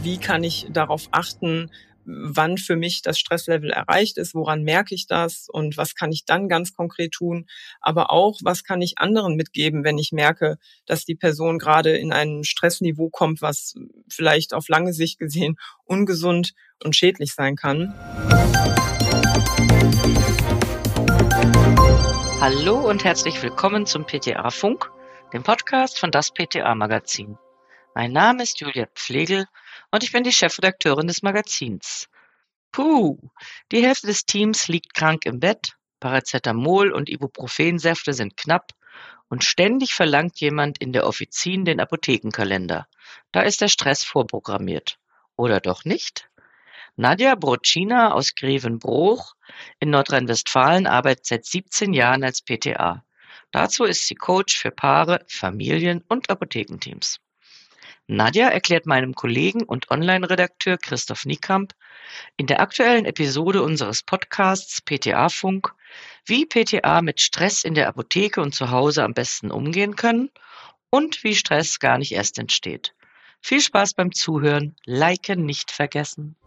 wie kann ich darauf achten, wann für mich das Stresslevel erreicht ist, woran merke ich das und was kann ich dann ganz konkret tun, aber auch, was kann ich anderen mitgeben, wenn ich merke, dass die Person gerade in ein Stressniveau kommt, was vielleicht auf lange Sicht gesehen ungesund und schädlich sein kann. Hallo und herzlich willkommen zum PTA-Funk, dem Podcast von das PTA-Magazin. Mein Name ist Julia Pflegel und ich bin die Chefredakteurin des Magazins. Die Hälfte des Teams liegt krank im Bett, Paracetamol und Ibuprofensäfte sind knapp und ständig verlangt jemand in der Offizin den Apothekenkalender. Da ist der Stress vorprogrammiert. Oder doch nicht? Nadja Brocina aus Grevenbroich in Nordrhein-Westfalen arbeitet seit 17 Jahren als PTA. Dazu ist sie Coach für Paare, Familien und Apothekenteams. Nadja erklärt meinem Kollegen und Online-Redakteur Christoph Niekamp in der aktuellen Episode unseres Podcasts PTA-Funk, wie PTA mit Stress in der Apotheke und zu Hause am besten umgehen können und wie Stress gar nicht erst entsteht. Viel Spaß beim Zuhören, liken nicht vergessen.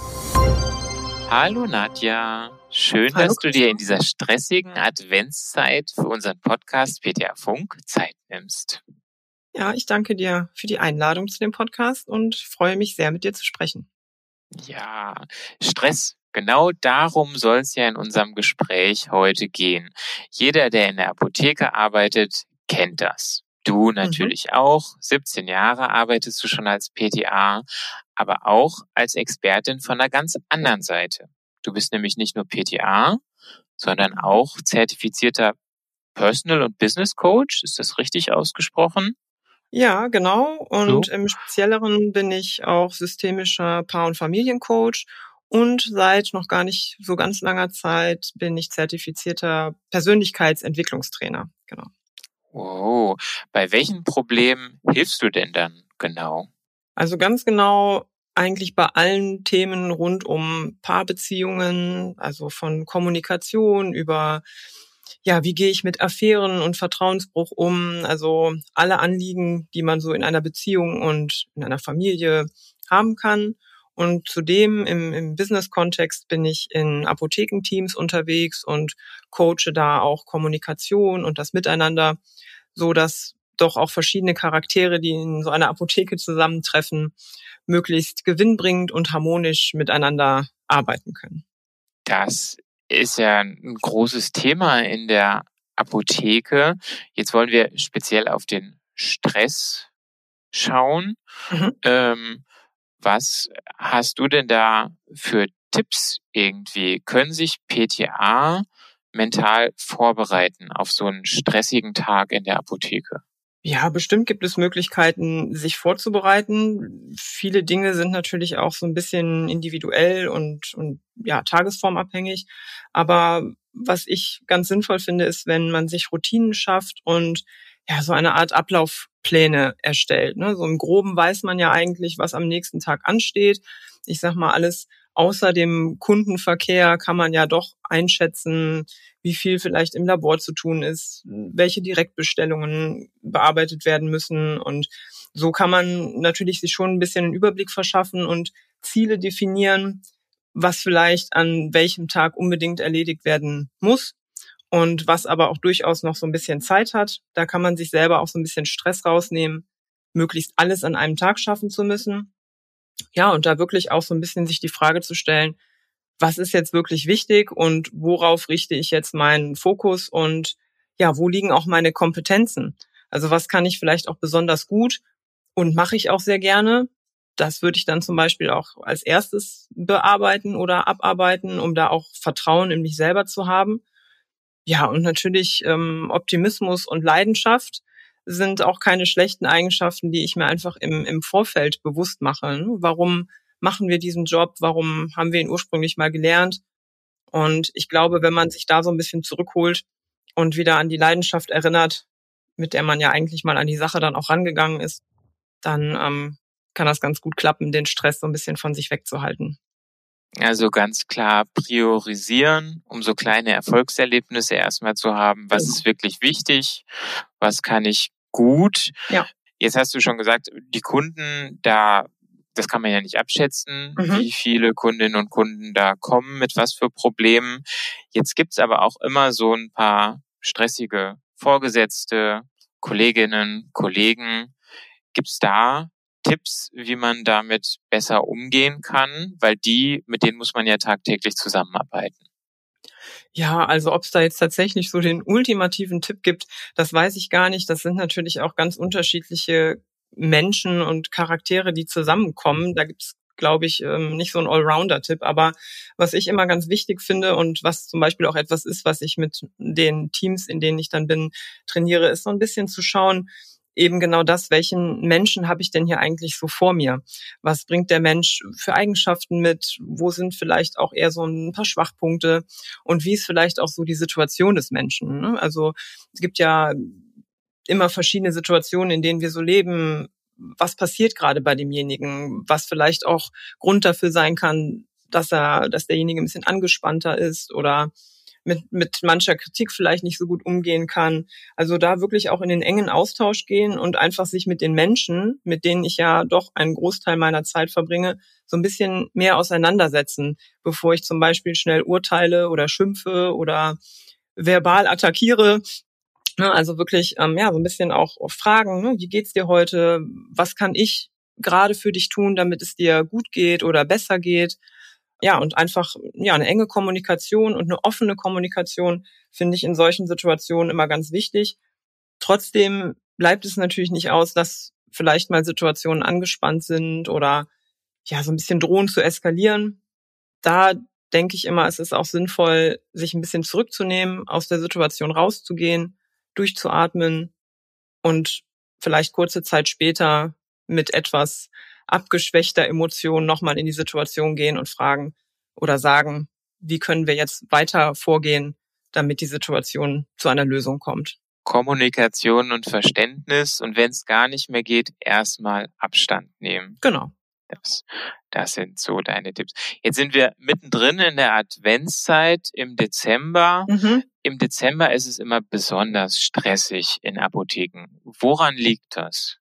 Hallo Nadja, schön, Hallo, dass du dir in dieser stressigen Adventszeit für unseren Podcast PTA Funk Zeit nimmst. Ja, ich danke dir für die Einladung zu dem Podcast und freue mich sehr, mit dir zu sprechen. Ja, Stress. Genau darum soll es ja in unserem Gespräch heute gehen. Jeder, der in der Apotheke arbeitet, kennt das. Du natürlich auch. 17 Jahre arbeitest du schon als PTA, aber auch als Expertin von einer ganz anderen Seite. Du bist nämlich nicht nur PTA, sondern auch zertifizierter Personal- und Business Coach. Ist das richtig ausgesprochen? Ja, genau. Und So. im Spezielleren bin ich auch systemischer Paar- und Familiencoach und seit noch gar nicht so ganz langer Zeit bin ich zertifizierter Persönlichkeitsentwicklungstrainer. Genau. Wow. Bei welchen Problemen hilfst du denn dann genau? Also ganz genau eigentlich bei allen Themen rund um Paarbeziehungen, also von Kommunikation über ja, wie gehe ich mit Affären und Vertrauensbruch um? Also alle Anliegen, die man so in einer Beziehung und in einer Familie haben kann. Und zudem im Business-Kontext bin ich in Apothekenteams unterwegs und coache da auch Kommunikation und das Miteinander, so dass doch auch verschiedene Charaktere, die in so einer Apotheke zusammentreffen, möglichst gewinnbringend und harmonisch miteinander arbeiten können. Das ist ja ein großes Thema in der Apotheke. Jetzt wollen wir speziell auf den Stress schauen. Was hast du denn da für Tipps irgendwie? Können sich PTA mental vorbereiten auf so einen stressigen Tag in der Apotheke? Ja, bestimmt gibt es Möglichkeiten, sich vorzubereiten. Viele Dinge sind natürlich auch so ein bisschen individuell und ja, tagesformabhängig. Aber was ich ganz sinnvoll finde, ist, wenn man sich Routinen schafft und ja, so eine Art Ablaufpläne erstellt. Ne? So im Groben weiß man ja eigentlich, was am nächsten Tag ansteht. Ich sag mal, alles außer dem Kundenverkehr kann man ja doch einschätzen, wie viel vielleicht im Labor zu tun ist, welche Direktbestellungen bearbeitet werden müssen. Und so kann man natürlich sich schon ein bisschen einen Überblick verschaffen und Ziele definieren, was vielleicht an welchem Tag unbedingt erledigt werden muss und was aber auch durchaus noch so ein bisschen Zeit hat. Da kann man sich selber auch so ein bisschen Stress rausnehmen, möglichst alles an einem Tag schaffen zu müssen. Ja, und da wirklich auch so ein bisschen sich die Frage zu stellen, was ist jetzt wirklich wichtig und worauf richte ich jetzt meinen Fokus und ja, wo liegen auch meine Kompetenzen? Also was kann ich vielleicht auch besonders gut und mache ich auch sehr gerne? Das würde ich dann zum Beispiel auch als erstes bearbeiten oder abarbeiten, um da auch Vertrauen in mich selber zu haben. Ja, und natürlich Optimismus und Leidenschaft sind auch keine schlechten Eigenschaften, die ich mir einfach im Vorfeld bewusst mache. Ne? Warum machen wir diesen Job? Warum haben wir ihn ursprünglich mal gelernt? Und ich glaube, wenn man sich da so ein bisschen zurückholt und wieder an die Leidenschaft erinnert, mit der man ja eigentlich mal an die Sache dann auch rangegangen ist, dann kann das ganz gut klappen, den Stress so ein bisschen von sich wegzuhalten. Also ganz klar priorisieren, um so kleine Erfolgserlebnisse erstmal zu haben. Was ist wirklich wichtig? Was kann ich gut? Ja. Jetzt hast du schon gesagt, die Kunden, da das kann man ja nicht abschätzen, Mhm. wie viele Kundinnen und Kunden da kommen, mit was für Problemen. Jetzt gibt's aber auch immer so ein paar stressige Vorgesetzte, Kolleginnen, Kollegen. Gibt's da Tipps, wie man damit besser umgehen kann? Weil mit denen muss man ja tagtäglich zusammenarbeiten. Ja, also ob es da jetzt tatsächlich so den ultimativen Tipp gibt, das weiß ich gar nicht. Das sind natürlich auch ganz unterschiedliche Menschen und Charaktere, die zusammenkommen. Da gibt's, glaube ich, nicht so einen Allrounder-Tipp. Aber was ich immer ganz wichtig finde und was zum Beispiel auch etwas ist, was ich mit den Teams, in denen ich dann bin, trainiere, ist so ein bisschen zu schauen, eben genau das, welchen Menschen habe ich denn hier eigentlich so vor mir? Was bringt der Mensch für Eigenschaften mit? Wo sind vielleicht auch eher so ein paar Schwachpunkte? Und wie ist vielleicht auch so die Situation des Menschen? Ne? Also es gibt ja immer verschiedene Situationen, in denen wir so leben. Was passiert gerade bei demjenigen? Was vielleicht auch Grund dafür sein kann, dass derjenige ein bisschen angespannter ist oder mit mancher Kritik vielleicht nicht so gut umgehen kann. Also da wirklich auch in den engen Austausch gehen und einfach sich mit den Menschen, mit denen ich ja doch einen Großteil meiner Zeit verbringe, so ein bisschen mehr auseinandersetzen, bevor ich zum Beispiel schnell urteile oder schimpfe oder verbal attackiere. Also wirklich, so ein bisschen auch fragen, ne? Wie geht's dir heute? Was kann ich gerade für dich tun, damit es dir gut geht oder besser geht? Ja, und einfach, eine enge Kommunikation und eine offene Kommunikation finde ich in solchen Situationen immer ganz wichtig. Trotzdem bleibt es natürlich nicht aus, dass vielleicht mal Situationen angespannt sind oder ja, so ein bisschen drohen zu eskalieren. Da denke ich immer, es ist auch sinnvoll, sich ein bisschen zurückzunehmen, aus der Situation rauszugehen, durchzuatmen und vielleicht kurze Zeit später mit etwas abgeschwächter Emotion nochmal in die Situation gehen und fragen oder sagen, wie können wir jetzt weiter vorgehen, damit die Situation zu einer Lösung kommt. Kommunikation und Verständnis und wenn es gar nicht mehr geht, erstmal Abstand nehmen. Genau. Das sind so deine Tipps. Jetzt sind wir mittendrin in der Adventszeit im Dezember. Mhm. Im Dezember ist es immer besonders stressig in Apotheken. Woran liegt das?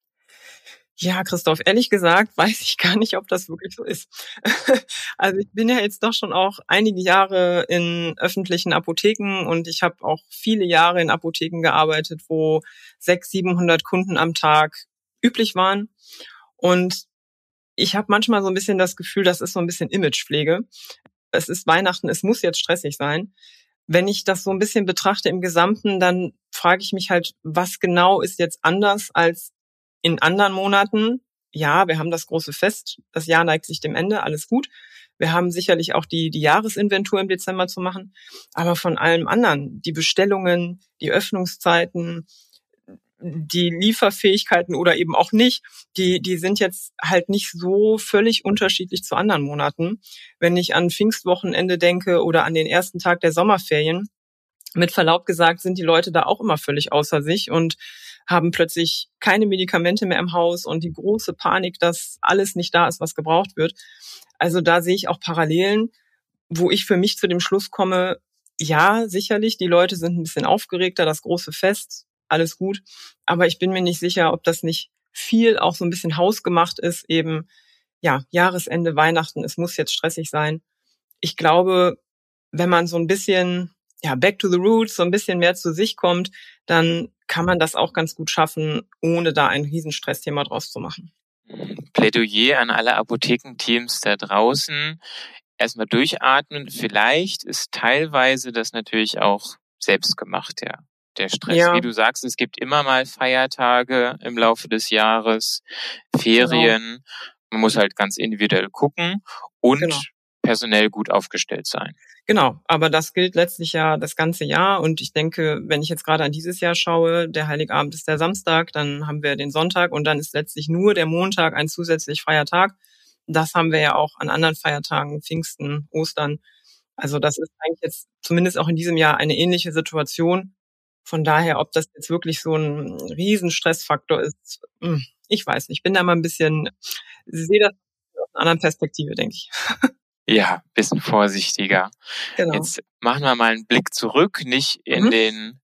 Ja, Christoph, ehrlich gesagt weiß ich gar nicht, ob das wirklich so ist. Also ich bin ja jetzt doch schon auch einige Jahre in öffentlichen Apotheken und ich habe auch viele Jahre in Apotheken gearbeitet, wo 600, 700 Kunden am Tag üblich waren. Und ich habe manchmal so ein bisschen das Gefühl, das ist so ein bisschen Imagepflege. Es ist Weihnachten, es muss jetzt stressig sein. Wenn ich das so ein bisschen betrachte im Gesamten, dann frage ich mich halt, was genau ist jetzt anders als in anderen Monaten? Ja, wir haben das große Fest, das Jahr neigt sich dem Ende, alles gut. Wir haben sicherlich auch die Jahresinventur im Dezember zu machen. Aber von allem anderen, die Bestellungen, die Öffnungszeiten, die Lieferfähigkeiten oder eben auch nicht, die sind jetzt halt nicht so völlig unterschiedlich zu anderen Monaten. Wenn ich an Pfingstwochenende denke oder an den ersten Tag der Sommerferien, mit Verlaub gesagt, sind die Leute da auch immer völlig außer sich und haben plötzlich keine Medikamente mehr im Haus und die große Panik, dass alles nicht da ist, was gebraucht wird. Also da sehe ich auch Parallelen, wo ich für mich zu dem Schluss komme, ja, sicherlich, die Leute sind ein bisschen aufgeregter, das große Fest, alles gut. Aber ich bin mir nicht sicher, ob das nicht viel auch so ein bisschen hausgemacht ist, eben, ja, Jahresende, Weihnachten, es muss jetzt stressig sein. Ich glaube, wenn man so ein bisschen, ja, back to the roots, so ein bisschen mehr zu sich kommt, dann kann man das auch ganz gut schaffen, ohne da ein Riesenstressthema draus zu machen. Plädoyer an alle Apothekenteams da draußen. Erstmal durchatmen. Vielleicht ist teilweise das natürlich auch selbst gemacht, ja. Der Stress. Ja. Wie du sagst, es gibt immer mal Feiertage im Laufe des Jahres, Ferien. Genau. Man muss halt ganz individuell gucken und personell gut aufgestellt sein. Genau, aber das gilt letztlich ja das ganze Jahr und ich denke, wenn ich jetzt gerade an dieses Jahr schaue, der Heiligabend ist der Samstag, dann haben wir den Sonntag und dann ist letztlich nur der Montag ein zusätzlich freier Tag. Das haben wir ja auch an anderen Feiertagen, Pfingsten, Ostern. Also das ist eigentlich jetzt zumindest auch in diesem Jahr eine ähnliche Situation. Von daher, ob das jetzt wirklich so ein Riesenstressfaktor ist, ich weiß nicht. Ich bin da mal ein bisschen, sehe das aus einer anderen Perspektive, denke ich. Ja, bisschen vorsichtiger. Genau. Jetzt machen wir mal einen Blick zurück, nicht in den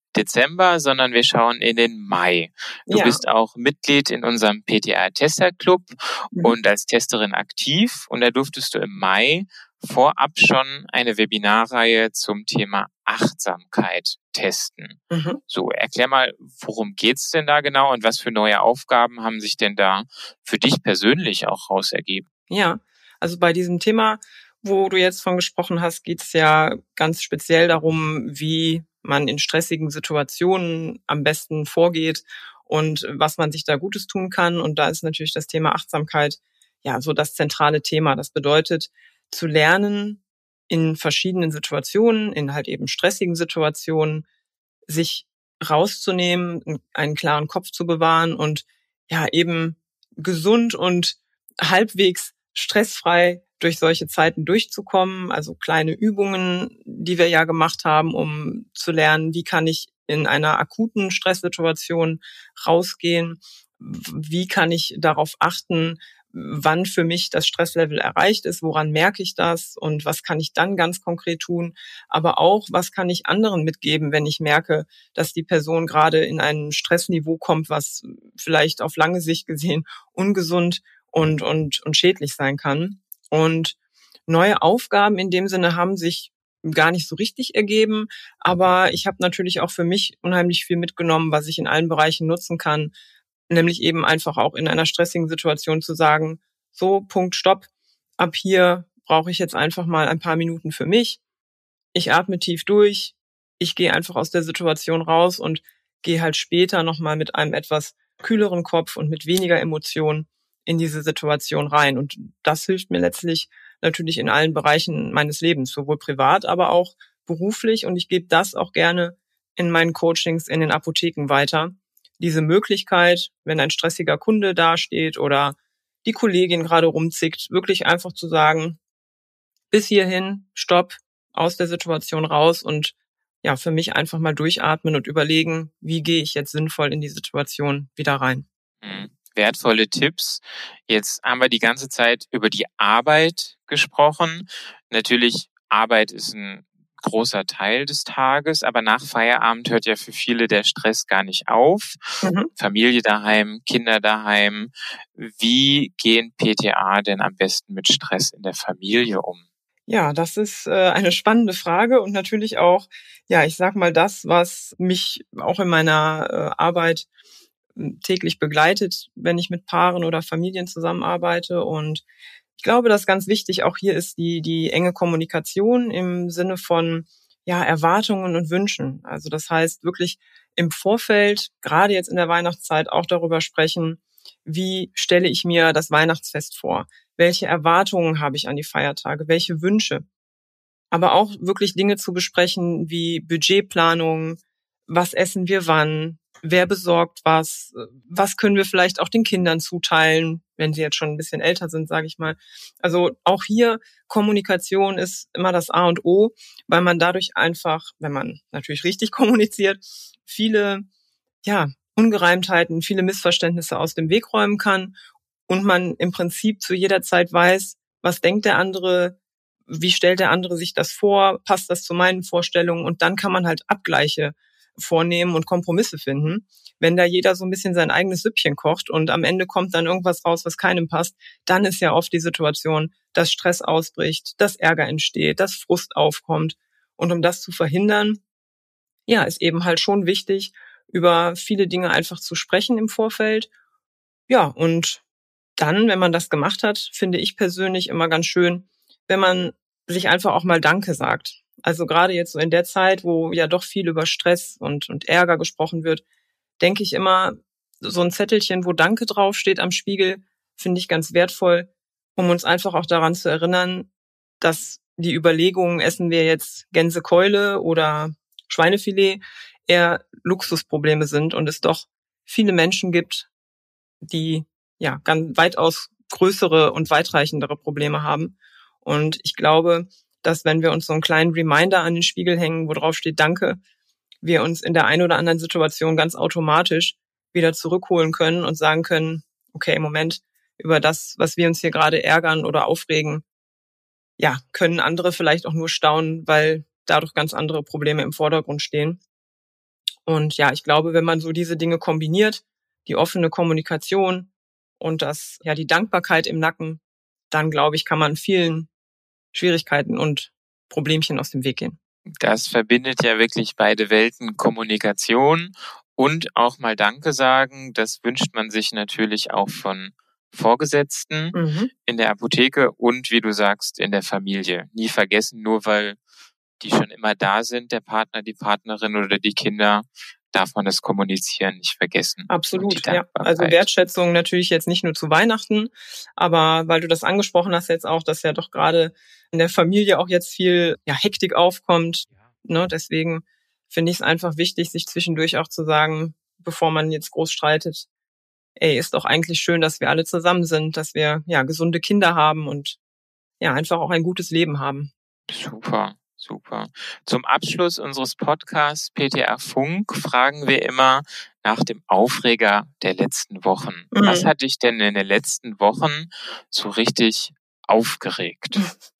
Dezember, sondern wir schauen in den Mai. Du bist auch Mitglied in unserem PTA-Tester-Club und als Testerin aktiv. Und da durftest du im Mai vorab schon eine Webinarreihe zum Thema Achtsamkeit testen. So, erklär mal, worum geht's denn da genau und was für neue Aufgaben haben sich denn da für dich persönlich auch raus ergeben? Ja, also bei diesem Thema, wo du jetzt von gesprochen hast, geht es ja ganz speziell darum, wie man in stressigen Situationen am besten vorgeht und was man sich da Gutes tun kann. Und da ist natürlich das Thema Achtsamkeit ja so das zentrale Thema. Das bedeutet, zu lernen, in verschiedenen Situationen, in halt eben stressigen Situationen, sich rauszunehmen, einen klaren Kopf zu bewahren und ja eben gesund und halbwegs stressfrei durch solche Zeiten durchzukommen. Also kleine Übungen, die wir ja gemacht haben, um zu lernen, wie kann ich in einer akuten Stresssituation rausgehen, wie kann ich darauf achten, wann für mich das Stresslevel erreicht ist, woran merke ich das und was kann ich dann ganz konkret tun, aber auch, was kann ich anderen mitgeben, wenn ich merke, dass die Person gerade in ein Stressniveau kommt, was vielleicht auf lange Sicht gesehen ungesund und schädlich sein kann. Und neue Aufgaben in dem Sinne haben sich gar nicht so richtig ergeben, aber ich habe natürlich auch für mich unheimlich viel mitgenommen, was ich in allen Bereichen nutzen kann, nämlich eben einfach auch in einer stressigen Situation zu sagen, so, Punkt, Stopp, ab hier brauche ich jetzt einfach mal ein paar Minuten für mich. Ich atme tief durch, ich gehe einfach aus der Situation raus und gehe halt später nochmal mit einem etwas kühleren Kopf und mit weniger Emotionen in diese Situation rein. Und das hilft mir letztlich natürlich in allen Bereichen meines Lebens, sowohl privat, aber auch beruflich. Und ich gebe das auch gerne in meinen Coachings in den Apotheken weiter. Diese Möglichkeit, wenn ein stressiger Kunde dasteht oder die Kollegin gerade rumzickt, wirklich einfach zu sagen, bis hierhin, Stopp, aus der Situation raus und ja, für mich einfach mal durchatmen und überlegen, wie gehe ich jetzt sinnvoll in die Situation wieder rein. Wertvolle Tipps. Jetzt haben wir die ganze Zeit über die Arbeit gesprochen. Natürlich, Arbeit ist ein großer Teil des Tages, aber nach Feierabend hört ja für viele der Stress gar nicht auf. Familie daheim, Kinder daheim. Wie gehen PTA denn am besten mit Stress in der Familie um? Ja, das ist eine spannende Frage und natürlich auch, ja, ich sag mal das, was mich auch in meiner Arbeit täglich begleitet, wenn ich mit Paaren oder Familien zusammenarbeite. Und ich glaube, dass ganz wichtig auch hier ist die enge Kommunikation im Sinne von ja Erwartungen und Wünschen. Also das heißt wirklich im Vorfeld, gerade jetzt in der Weihnachtszeit, auch darüber sprechen, wie stelle ich mir das Weihnachtsfest vor? Welche Erwartungen habe ich an die Feiertage? Welche Wünsche? Aber auch wirklich Dinge zu besprechen wie Budgetplanung, was essen wir wann, wer besorgt was können wir vielleicht auch den Kindern zuteilen, wenn sie jetzt schon ein bisschen älter sind, sage ich mal. Also auch hier Kommunikation ist immer das A und O, weil man dadurch einfach, wenn man natürlich richtig kommuniziert, viele Ungereimtheiten, viele Missverständnisse aus dem Weg räumen kann und man im Prinzip zu jeder Zeit weiß, was denkt der andere, wie stellt der andere sich das vor, passt das zu meinen Vorstellungen und dann kann man halt Abgleiche vornehmen und Kompromisse finden. Wenn da jeder so ein bisschen sein eigenes Süppchen kocht und am Ende kommt dann irgendwas raus, was keinem passt, dann ist ja oft die Situation, dass Stress ausbricht, dass Ärger entsteht, dass Frust aufkommt. Und um das zu verhindern, ja, ist eben halt schon wichtig, über viele Dinge einfach zu sprechen im Vorfeld. Ja, und dann, wenn man das gemacht hat, finde ich persönlich immer ganz schön, wenn man sich einfach auch mal Danke sagt. Also gerade jetzt so in der Zeit, wo ja doch viel über Stress und Ärger gesprochen wird, denke ich immer, so ein Zettelchen, wo Danke draufsteht am Spiegel, finde ich ganz wertvoll, um uns einfach auch daran zu erinnern, dass die Überlegungen, essen wir jetzt Gänsekeule oder Schweinefilet, eher Luxusprobleme sind und es doch viele Menschen gibt, die ja ganz weitaus größere und weitreichendere Probleme haben. Und ich glaube, dass wenn wir uns so einen kleinen Reminder an den Spiegel hängen, wo drauf steht Danke, wir uns in der einen oder anderen Situation ganz automatisch wieder zurückholen können und sagen können, okay, Moment, über das, was wir uns hier gerade ärgern oder aufregen, ja, können andere vielleicht auch nur staunen, weil dadurch ganz andere Probleme im Vordergrund stehen. Und ja, ich glaube, wenn man so diese Dinge kombiniert, die offene Kommunikation und die Dankbarkeit im Nacken, dann glaube ich, kann man vielen Schwierigkeiten und Problemchen aus dem Weg gehen. Das verbindet ja wirklich beide Welten, Kommunikation und auch mal Danke sagen. Das wünscht man sich natürlich auch von Vorgesetzten in der Apotheke und, wie du sagst, in der Familie. Nie vergessen, nur weil die schon immer da sind, der Partner, die Partnerin oder die Kinder, darf man das Kommunizieren nicht vergessen. Absolut, ja. Also Wertschätzung natürlich jetzt nicht nur zu Weihnachten, aber weil du das angesprochen hast jetzt auch, dass ja doch gerade in der Familie auch jetzt viel Hektik aufkommt. Ne? Deswegen finde ich es einfach wichtig, sich zwischendurch auch zu sagen, bevor man jetzt groß streitet, ist doch eigentlich schön, dass wir alle zusammen sind, dass wir gesunde Kinder haben und einfach auch ein gutes Leben haben. Super. Zum Abschluss unseres Podcasts PTA Funk fragen wir immer nach dem Aufreger der letzten Wochen. Was hat dich denn in den letzten Wochen so richtig aufgeregt?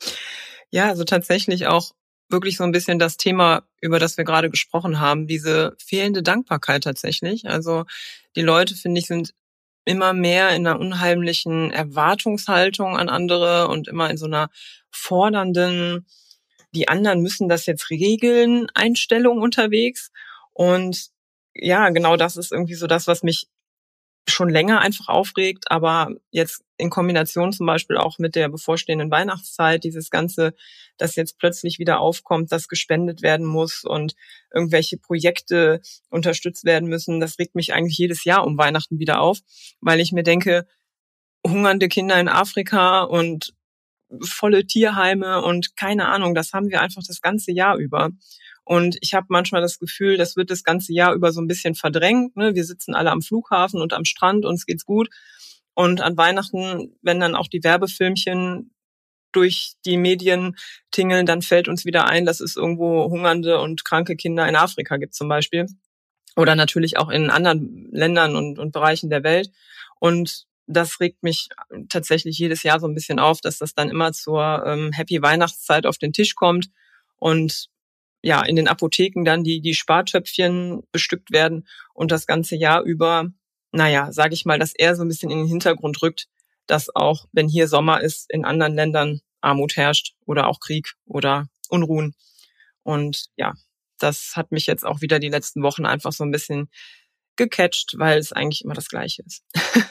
Ja, also tatsächlich auch wirklich so ein bisschen das Thema, über das wir gerade gesprochen haben, diese fehlende Dankbarkeit tatsächlich. Also die Leute, finde ich, sind immer mehr in einer unheimlichen Erwartungshaltung an andere und immer in so einer fordernden, die anderen müssen das jetzt regeln, Einstellung unterwegs. Und ja, genau das ist irgendwie so das, was mich schon länger einfach aufregt, aber jetzt in Kombination zum Beispiel auch mit der bevorstehenden Weihnachtszeit, dieses Ganze, das jetzt plötzlich wieder aufkommt, dass gespendet werden muss und irgendwelche Projekte unterstützt werden müssen, das regt mich eigentlich jedes Jahr um Weihnachten wieder auf, weil ich mir denke, hungernde Kinder in Afrika und volle Tierheime und keine Ahnung, das haben wir einfach das ganze Jahr über. Und ich habe manchmal das Gefühl, das wird das ganze Jahr über so ein bisschen verdrängt. Ne? Wir sitzen alle am Flughafen und am Strand, uns geht's gut. Und an Weihnachten, wenn dann auch die Werbefilmchen durch die Medien tingeln, dann fällt uns wieder ein, dass es irgendwo hungernde und kranke Kinder in Afrika gibt zum Beispiel. Oder natürlich auch in anderen Ländern und Bereichen der Welt. Und das regt mich tatsächlich jedes Jahr so ein bisschen auf, dass das dann immer zur Happy Weihnachtszeit auf den Tisch kommt und in den Apotheken dann die Spartöpfchen bestückt werden und das ganze Jahr über, sage ich mal, dass er so ein bisschen in den Hintergrund rückt, dass auch, wenn hier Sommer ist, in anderen Ländern Armut herrscht oder auch Krieg oder Unruhen. Und das hat mich jetzt auch wieder die letzten Wochen einfach so ein bisschen gecatcht, weil es eigentlich immer das Gleiche ist.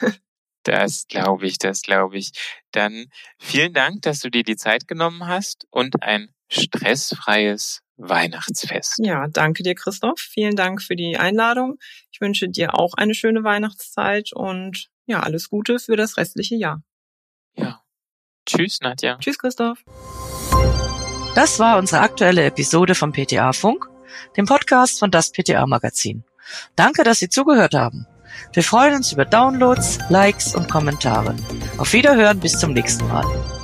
Das glaube ich. Dann vielen Dank, dass du dir die Zeit genommen hast und ein stressfreies Weihnachtsfest. Ja, danke dir, Christoph. Vielen Dank für die Einladung. Ich wünsche dir auch eine schöne Weihnachtszeit und alles Gute für das restliche Jahr. Ja. Tschüss, Nadja. Tschüss, Christoph. Das war unsere aktuelle Episode vom PTA Funk, dem Podcast von das PTA Magazin. Danke, dass Sie zugehört haben. Wir freuen uns über Downloads, Likes und Kommentare. Auf Wiederhören, bis zum nächsten Mal.